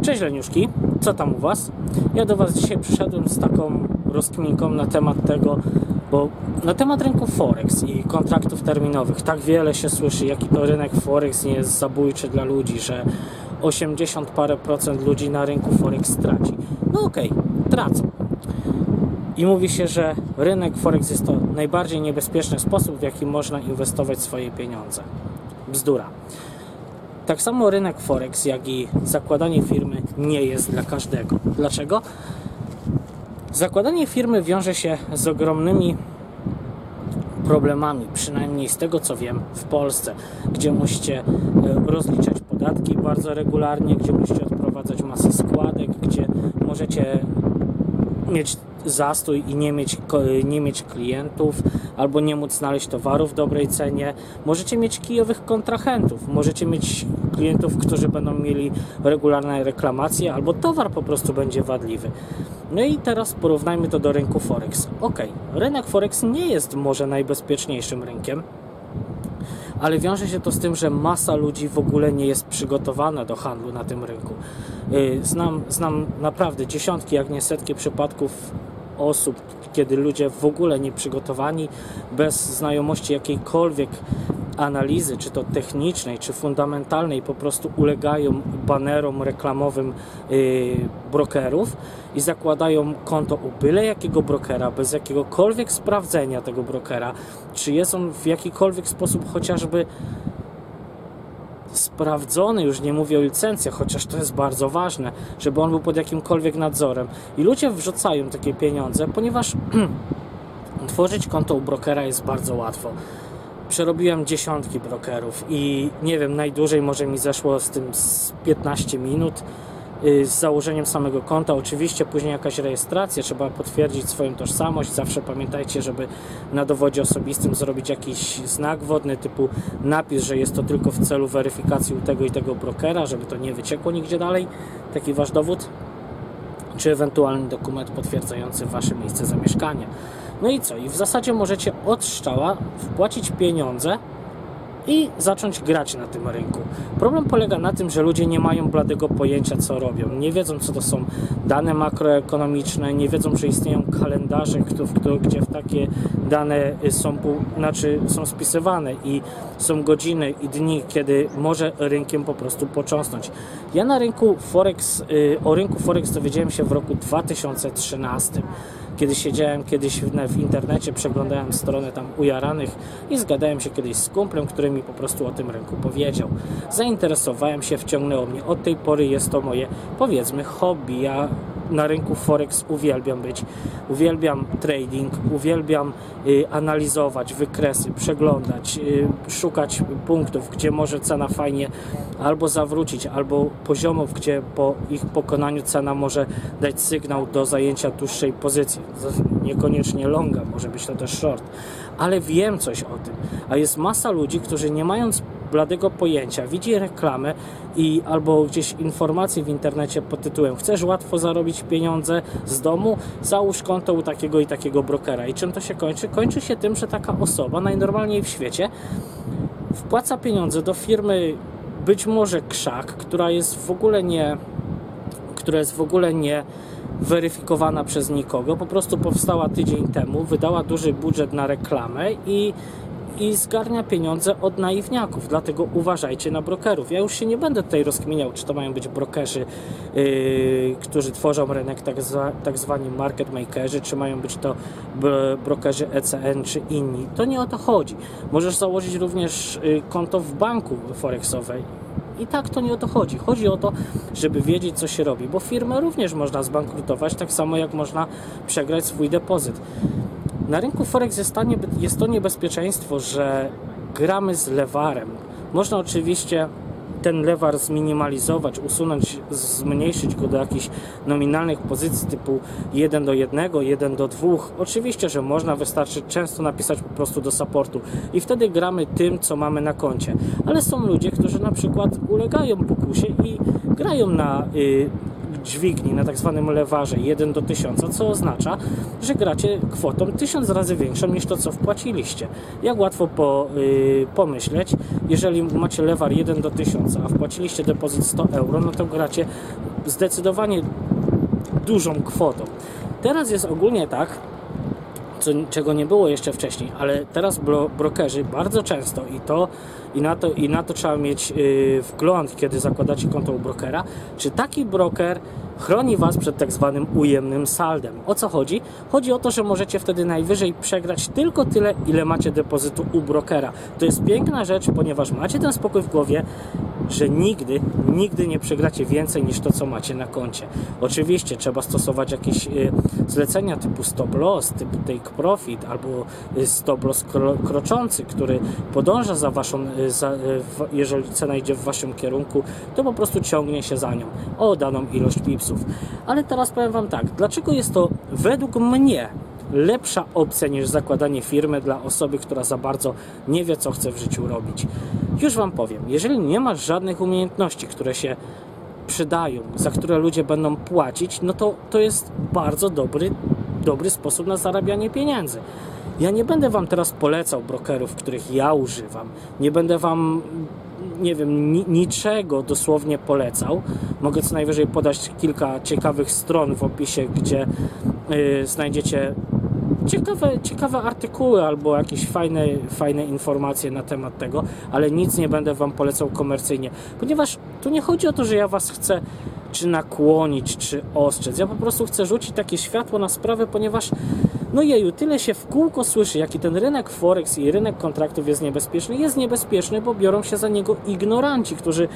Cześć Leniuszki, co tam u Was? Ja do Was dzisiaj przyszedłem z taką rozkminką na temat tego, bo na temat rynku Forex i kontraktów terminowych tak wiele się słyszy, jaki to rynek Forex nie jest zabójczy dla ludzi, że 80 parę procent ludzi na rynku Forex traci. No okej, tracą. I mówi się, że rynek Forex jest to najbardziej niebezpieczny sposób, w jaki można inwestować swoje pieniądze. Bzdura. Tak samo rynek Forex, jak i zakładanie firmy nie jest dla każdego. Dlaczego? Zakładanie firmy wiąże się z ogromnymi problemami, przynajmniej z tego co wiem, w Polsce, gdzie musicie rozliczać podatki bardzo regularnie, gdzie musicie odprowadzać masę składek, gdzie możecie mieć zastój i nie mieć klientów, albo nie móc znaleźć towaru w dobrej cenie. Możecie mieć kijowych kontrahentów, możecie mieć klientów, którzy będą mieli regularne reklamacje, albo towar po prostu będzie wadliwy. No i teraz porównajmy to do rynku Forex. Rynek Forex nie jest może najbezpieczniejszym rynkiem, ale wiąże się to z tym, że masa ludzi w ogóle nie jest przygotowana do handlu na tym rynku. Znam naprawdę dziesiątki, jak nie setki przypadków osób, kiedy ludzie w ogóle nieprzygotowani, bez znajomości jakiejkolwiek analizy, czy to technicznej, czy fundamentalnej, po prostu ulegają banerom reklamowym brokerów i zakładają konto u byle jakiego brokera, bez jakiegokolwiek sprawdzenia tego brokera, czy jest on w jakikolwiek sposób chociażby sprawdzony, już nie mówię o licencjach, chociaż to jest bardzo ważne, żeby on był pod jakimkolwiek nadzorem. I ludzie wrzucają takie pieniądze, ponieważ tworzyć konto u brokera jest bardzo łatwo. Przerobiłem dziesiątki brokerów i nie wiem, najdłużej może mi zeszło z tym z 15 minut z założeniem samego konta. Oczywiście później jakaś rejestracja, trzeba potwierdzić swoją tożsamość. Zawsze pamiętajcie, żeby na dowodzie osobistym zrobić jakiś znak wodny typu napis, że jest to tylko w celu weryfikacji u tego i tego brokera, żeby to nie wyciekło nigdzie dalej, taki wasz dowód, czy ewentualny dokument potwierdzający wasze miejsce zamieszkania. No i co? I w zasadzie możecie od strzała wpłacić pieniądze i zacząć grać na tym rynku. Problem polega na tym, że ludzie nie mają bladego pojęcia, co robią. Nie wiedzą, co to są dane makroekonomiczne, nie wiedzą, że istnieją kalendarze, gdzie w takie dane są spisywane i są godziny i dni, kiedy może rynkiem po prostu począsnąć. Ja o rynku Forex dowiedziałem się w roku 2013. Kiedy siedziałem kiedyś w internecie, przeglądałem stronę tam ujaranych i zgadałem się kiedyś z kumplem, który mi po prostu o tym rynku powiedział. Zainteresowałem się, wciągnęło mnie. Od tej pory jest to moje, powiedzmy, hobby. Ja na rynku Forex uwielbiam być. Uwielbiam trading, uwielbiam analizować wykresy, przeglądać, szukać punktów, gdzie może cena fajnie albo zawrócić, albo poziomów, gdzie po ich pokonaniu cena może dać sygnał do zajęcia dłuższej pozycji. Niekoniecznie longa, może być to też short, ale wiem coś o tym. A jest masa ludzi, którzy nie mając bladego pojęcia, widzi reklamę albo gdzieś informacje w internecie pod tytułem: chcesz łatwo zarobić pieniądze z domu? Załóż konto u takiego i takiego brokera. I czym to się kończy? Kończy się tym, że taka osoba najnormalniej w świecie wpłaca pieniądze do firmy, być może Krzak, która jest w ogóle nie weryfikowana przez nikogo, po prostu powstała tydzień temu, wydała duży budżet na reklamę i zgarnia pieniądze od naiwniaków, dlatego uważajcie na brokerów. Ja już się nie będę tutaj rozkminiał, czy to mają być brokerzy, którzy tworzą rynek, tak zwani market makerzy, czy mają być to brokerzy ECN, czy inni. To nie o to chodzi. Możesz założyć również konto w banku forexowej. I tak to nie o to chodzi. Chodzi o to, żeby wiedzieć, co się robi, bo firmę również można zbankrutować, tak samo jak można przegrać swój depozyt. Na rynku Forex jest to niebezpieczeństwo, że gramy z lewarem. Można oczywiście ten lewar zminimalizować, usunąć, zmniejszyć go do jakichś nominalnych pozycji typu 1:1, 1:2. Oczywiście, że można, wystarczy często napisać po prostu do supportu i wtedy gramy tym, co mamy na koncie. Ale są ludzie, którzy na przykład ulegają pokusie i dźwigni na tak zwanym lewarze 1 do 1000, co oznacza, że gracie kwotą 1000 razy większą niż to, co wpłaciliście. Jak łatwo pomyśleć, jeżeli macie lewar 1 do 1000, a wpłaciliście depozyt 100 euro, no to gracie zdecydowanie dużą kwotą. Teraz jest ogólnie tak, czego nie było jeszcze wcześniej, ale teraz brokerzy bardzo często i na to trzeba mieć wgląd, kiedy zakładacie konto u brokera, czy taki broker chroni Was przed tak zwanym ujemnym saldem. O co chodzi? Chodzi o to, że możecie wtedy najwyżej przegrać tylko tyle, ile macie depozytu u brokera. To jest piękna rzecz, ponieważ macie ten spokój w głowie, że nigdy nie przegracie więcej niż to, co macie na koncie. Oczywiście trzeba stosować jakieś zlecenia typu stop loss, typu take profit, albo stop loss kroczący, który podąża za Waszą, jeżeli cena idzie w Waszym kierunku, to po prostu ciągnie się za nią o daną ilość pipsów. Ale teraz powiem Wam tak, dlaczego jest to według mnie lepsza opcja niż zakładanie firmy dla osoby, która za bardzo nie wie, co chce w życiu robić. Już Wam powiem, jeżeli nie masz żadnych umiejętności, które się przydają, za które ludzie będą płacić, no to jest bardzo dobry sposób na zarabianie pieniędzy. Ja nie będę Wam teraz polecał brokerów, których ja używam. Nie będę Wam, nie wiem, niczego dosłownie polecał. Mogę co najwyżej podać kilka ciekawych stron w opisie, gdzie znajdziecie ciekawe artykuły albo jakieś fajne informacje na temat tego, ale nic nie będę Wam polecał komercyjnie, ponieważ tu nie chodzi o to, że ja Was chcę czy nakłonić, czy ostrzec. Ja po prostu chcę rzucić takie światło na sprawę, ponieważ no jeju, tyle się w kółko słyszy, jaki ten rynek Forex i rynek kontraktów jest niebezpieczny. Jest niebezpieczny, bo biorą się za niego ignoranci, którzy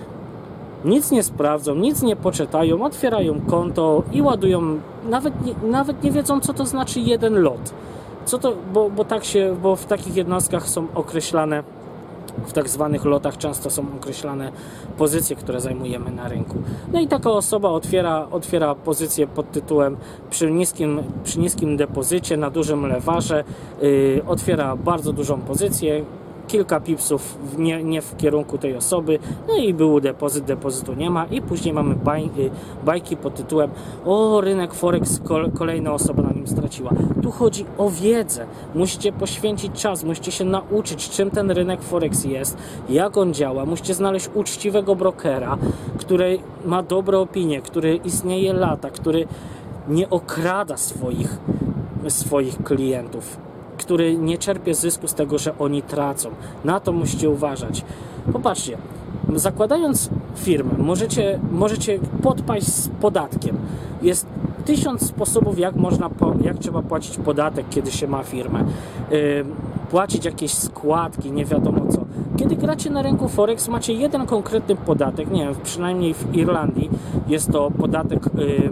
nic nie sprawdzą, nic nie poczytają, otwierają konto i ładują, nawet nie wiedzą, co to znaczy jeden lot. Co to, bo w takich jednostkach są określane, w tak zwanych lotach często są określane pozycje, które zajmujemy na rynku. No i taka osoba otwiera pozycję pod tytułem przy niskim depozycie, na dużym lewarze, otwiera bardzo dużą pozycję, kilka pipsów nie w kierunku tej osoby, no i był depozytu nie ma i później mamy bajki pod tytułem o, rynek Forex, kolejna osoba na nim straciła. Tu chodzi o wiedzę, musicie poświęcić czas, musicie się nauczyć, czym ten rynek Forex jest, jak on działa, musicie znaleźć uczciwego brokera, który ma dobre opinie, który istnieje lata, który nie okrada swoich klientów, który nie czerpie zysku z tego, że oni tracą. Na to musicie uważać. Popatrzcie, zakładając firmę, możecie podpaść z podatkiem. Jest 1000 sposobów, jak trzeba płacić podatek, kiedy się ma firmę. Płacić jakieś składki, nie wiadomo co. Kiedy gracie na rynku Forex, macie jeden konkretny podatek, nie wiem, przynajmniej w Irlandii jest to podatek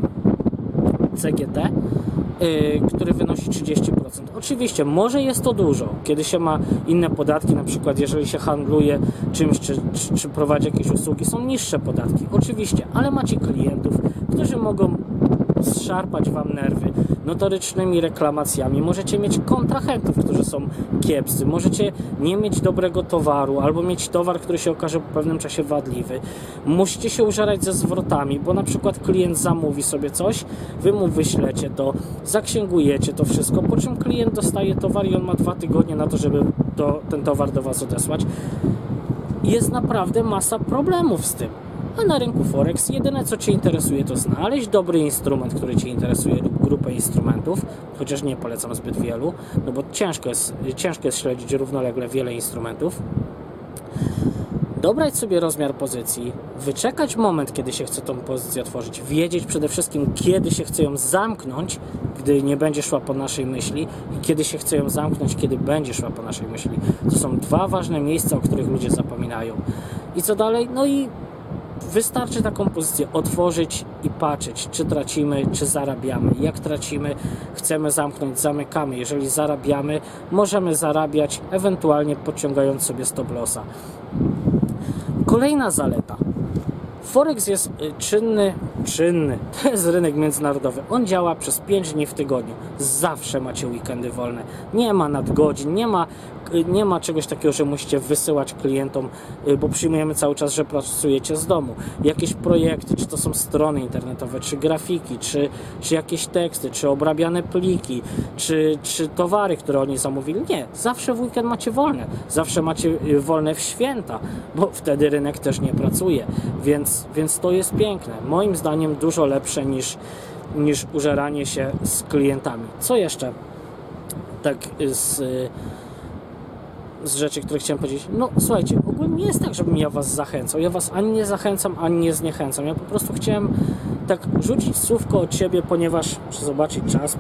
CGT, który wynosi 30%. Oczywiście, może jest to dużo, kiedy się ma inne podatki, na przykład jeżeli się handluje czymś, czy prowadzi jakieś usługi, są niższe podatki, oczywiście, ale macie klientów, którzy mogą zszarpać Wam nerwy notorycznymi reklamacjami, możecie mieć kontrahentów, którzy są kiepscy, możecie nie mieć dobrego towaru, albo mieć towar, który się okaże po pewnym czasie wadliwy, musicie się użerać ze zwrotami, bo na przykład klient zamówi sobie coś, Wy mu wyślecie to, zaksięgujecie to wszystko, po czym klient dostaje towar i on ma 2 tygodnie na to, żeby ten towar do Was odesłać. Jest naprawdę masa problemów z tym. A na rynku Forex jedyne, co Cię interesuje, to znaleźć dobry instrument, który Cię interesuje, lub grupę instrumentów, chociaż nie polecam zbyt wielu, no bo ciężko jest śledzić równolegle wiele instrumentów. Dobrać sobie rozmiar pozycji, wyczekać moment, kiedy się chce tą pozycję otworzyć, wiedzieć przede wszystkim, kiedy się chce ją zamknąć, gdy nie będzie szła po naszej myśli, i kiedy się chce ją zamknąć, kiedy będzie szła po naszej myśli. To są 2 ważne miejsca, o których ludzie zapominają. I co dalej? No i wystarczy taką pozycję otworzyć i patrzeć, czy tracimy, czy zarabiamy. Jak tracimy, chcemy zamknąć, zamykamy. Jeżeli zarabiamy, możemy zarabiać, ewentualnie podciągając sobie stop lossa. Kolejna zaleta. Forex jest czynny. To jest rynek międzynarodowy. On działa przez 5 dni w tygodniu. Zawsze macie weekendy wolne. Nie ma nadgodzin, nie ma Nie ma czegoś takiego, że musicie wysyłać klientom, bo przyjmujemy cały czas, że pracujecie z domu. Jakieś projekty, czy to są strony internetowe, czy grafiki, czy jakieś teksty, czy obrabiane pliki, czy towary, które oni zamówili. Nie, zawsze w weekend macie wolne. Zawsze macie wolne w święta, bo wtedy rynek też nie pracuje. Więc to jest piękne. Moim zdaniem dużo lepsze niż użeranie się z klientami. Co jeszcze? Tak z rzeczy, które chciałem powiedzieć. No słuchajcie, ogólnie nie jest tak, żebym ja was zachęcał. Ja was ani nie zachęcam, ani nie zniechęcam. Ja po prostu chciałem tak rzucić słówko od siebie, ponieważ muszę zobaczyć czas,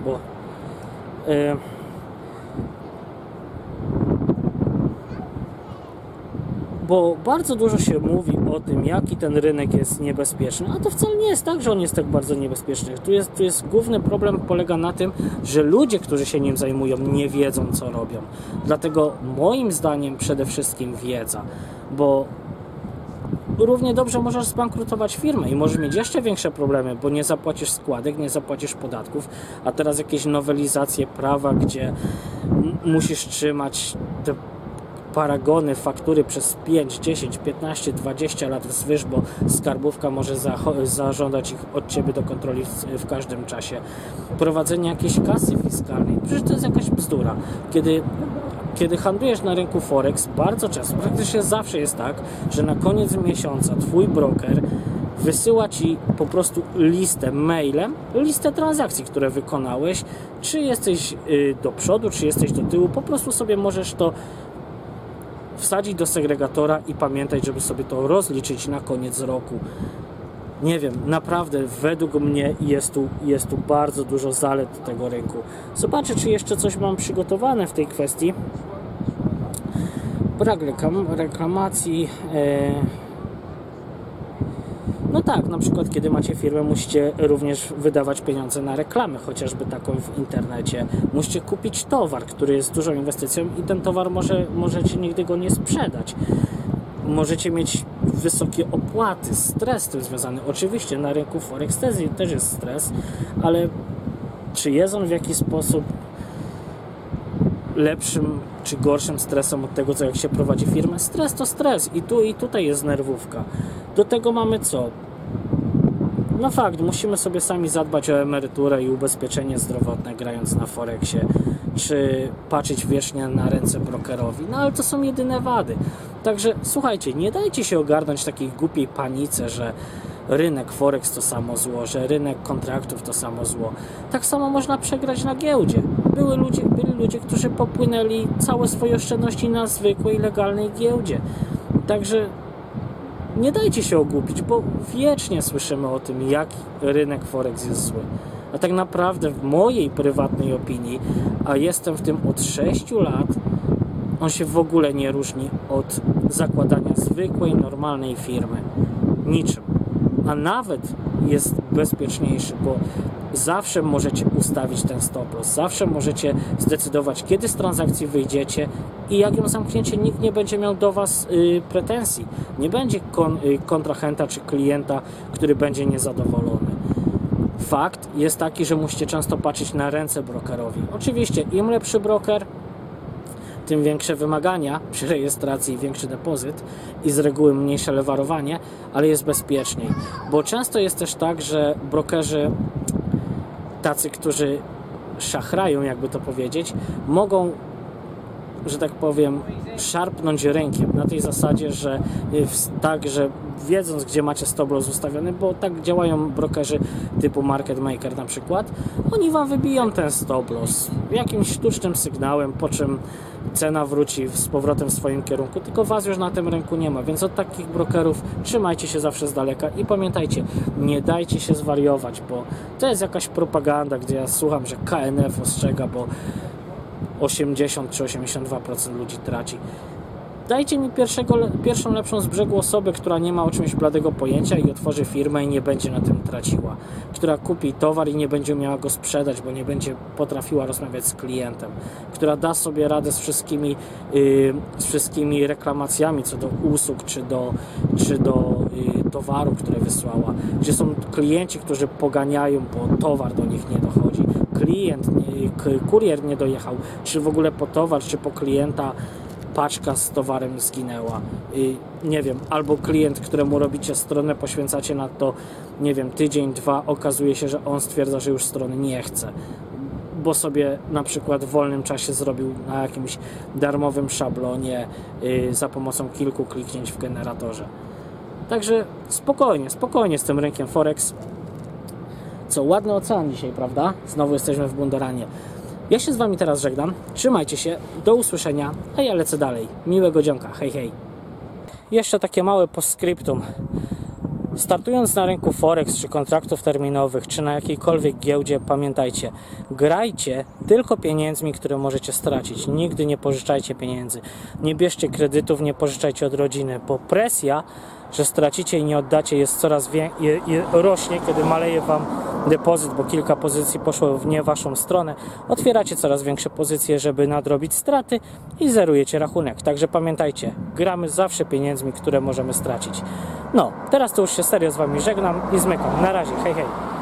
bo bardzo dużo się mówi o tym, jaki ten rynek jest niebezpieczny, a to wcale nie jest tak, że on jest tak bardzo niebezpieczny. Tu jest główny problem, polega na tym, że ludzie, którzy się nim zajmują, nie wiedzą, co robią. Dlatego moim zdaniem przede wszystkim wiedza, bo równie dobrze możesz zbankrutować firmę i możesz mieć jeszcze większe problemy, bo nie zapłacisz składek, nie zapłacisz podatków, a teraz jakieś nowelizacje prawa, gdzie musisz trzymać te paragony, faktury przez 5, 10, 15, 20 lat wzwyż, bo skarbówka może zażądać ich od Ciebie do kontroli w każdym czasie. Prowadzenie jakiejś kasy fiskalnej, przecież to jest jakaś bzdura. Kiedy handlujesz na rynku Forex, bardzo często, praktycznie zawsze jest tak, że na koniec miesiąca Twój broker wysyła Ci po prostu listę mailem, listę transakcji, które wykonałeś, czy jesteś do przodu, czy jesteś do tyłu, po prostu sobie możesz to wsadzić do segregatora i pamiętać, żeby sobie to rozliczyć na koniec roku. Nie wiem, naprawdę według mnie jest tu bardzo dużo zalet tego rynku. Zobaczę, czy jeszcze coś mam przygotowane w tej kwestii. Brak reklamacji. No tak, na przykład kiedy macie firmę, musicie również wydawać pieniądze na reklamę, chociażby taką w internecie. Musicie kupić towar, który jest dużą inwestycją i ten towar możecie nigdy go nie sprzedać. Możecie mieć wysokie opłaty, stres z tym związany. Oczywiście na rynku Forex też jest stres, ale czy jest on w jakiś sposób lepszym czy gorszym stresem od tego, co jak się prowadzi firmę? Stres to stres i tutaj jest nerwówka. Do tego mamy co? No fakt, musimy sobie sami zadbać o emeryturę i ubezpieczenie zdrowotne grając na Forexie, czy patrzeć wiecznie na ręce brokerowi, no ale to są jedyne wady. Także słuchajcie, nie dajcie się ogarnąć takiej głupiej panice, że rynek Forex to samo zło, że rynek kontraktów to samo zło. Tak samo można przegrać na giełdzie. Byli ludzie, którzy popłynęli całe swoje oszczędności na zwykłej, legalnej giełdzie. Także nie dajcie się ogłupić, bo wiecznie słyszymy o tym, jak rynek Forex jest zły. A tak naprawdę w mojej prywatnej opinii, a jestem w tym od 6 lat, on się w ogóle nie różni od zakładania zwykłej, normalnej firmy. Niczym. A nawet jest bezpieczniejszy, bo zawsze możecie ustawić ten stop loss, zawsze możecie zdecydować, kiedy z transakcji wyjdziecie i jak ją zamknięcie, nikt nie będzie miał do Was pretensji. Nie będzie kontrahenta czy klienta, który będzie niezadowolony. Fakt jest taki, że musicie często patrzeć na ręce brokerowi. Oczywiście im lepszy broker, tym większe wymagania przy rejestracji, większy depozyt i z reguły mniejsze lewarowanie, ale jest bezpieczniej. Bo często jest też tak, że brokerzy tacy, którzy szachrają, jakby to powiedzieć, mogą, że tak powiem, szarpnąć rynkiem na tej zasadzie, że wiedząc, gdzie macie stop loss ustawiony, bo tak działają brokerzy typu market maker na przykład, oni Wam wybiją ten stop loss jakimś sztucznym sygnałem, po czym cena wróci z powrotem w swoim kierunku, tylko Was już na tym rynku nie ma, więc od takich brokerów trzymajcie się zawsze z daleka i pamiętajcie, nie dajcie się zwariować, bo to jest jakaś propaganda, gdzie ja słucham, że KNF ostrzega, bo 80 czy 82% ludzi traci. Dajcie mi pierwszą lepszą z brzegu osobę, która nie ma o czymś bladego pojęcia i otworzy firmę i nie będzie na tym traciła. Która kupi towar i nie będzie miała go sprzedać, bo nie będzie potrafiła rozmawiać z klientem. Która da sobie radę z wszystkimi reklamacjami co do usług czy do towaru, które wysłała. Gdzie są klienci, którzy poganiają, bo towar do nich nie dochodzi. kurier nie dojechał, czy w ogóle po towar, czy po klienta paczka z towarem zginęła. Nie wiem, albo klient, któremu robicie stronę, poświęcacie na to, nie wiem, tydzień, dwa, okazuje się, że on stwierdza, że już strony nie chce, bo sobie na przykład w wolnym czasie zrobił na jakimś darmowym szablonie za pomocą kilku kliknięć w generatorze. Także spokojnie z tym rynkiem Forex. Co, ładny ocean dzisiaj, prawda? Znowu jesteśmy w Bundoranie. Ja się z Wami teraz żegnam. Trzymajcie się, do usłyszenia, a ja lecę dalej. Miłego dzionka, hej hej. Jeszcze takie małe postscriptum. Startując na rynku Forex, czy kontraktów terminowych, czy na jakiejkolwiek giełdzie, pamiętajcie, grajcie tylko pieniędzmi, które możecie stracić. Nigdy nie pożyczajcie pieniędzy. Nie bierzcie kredytów, nie pożyczajcie od rodziny, bo presja, że stracicie i nie oddacie, jest coraz rośnie, kiedy maleje Wam depozyt, bo kilka pozycji poszło w nie Waszą stronę. Otwieracie coraz większe pozycje, żeby nadrobić straty i zerujecie rachunek. Także pamiętajcie, gramy zawsze pieniędzmi, które możemy stracić. No, teraz to już się serio z Wami żegnam i zmykam. Na razie, hej hej.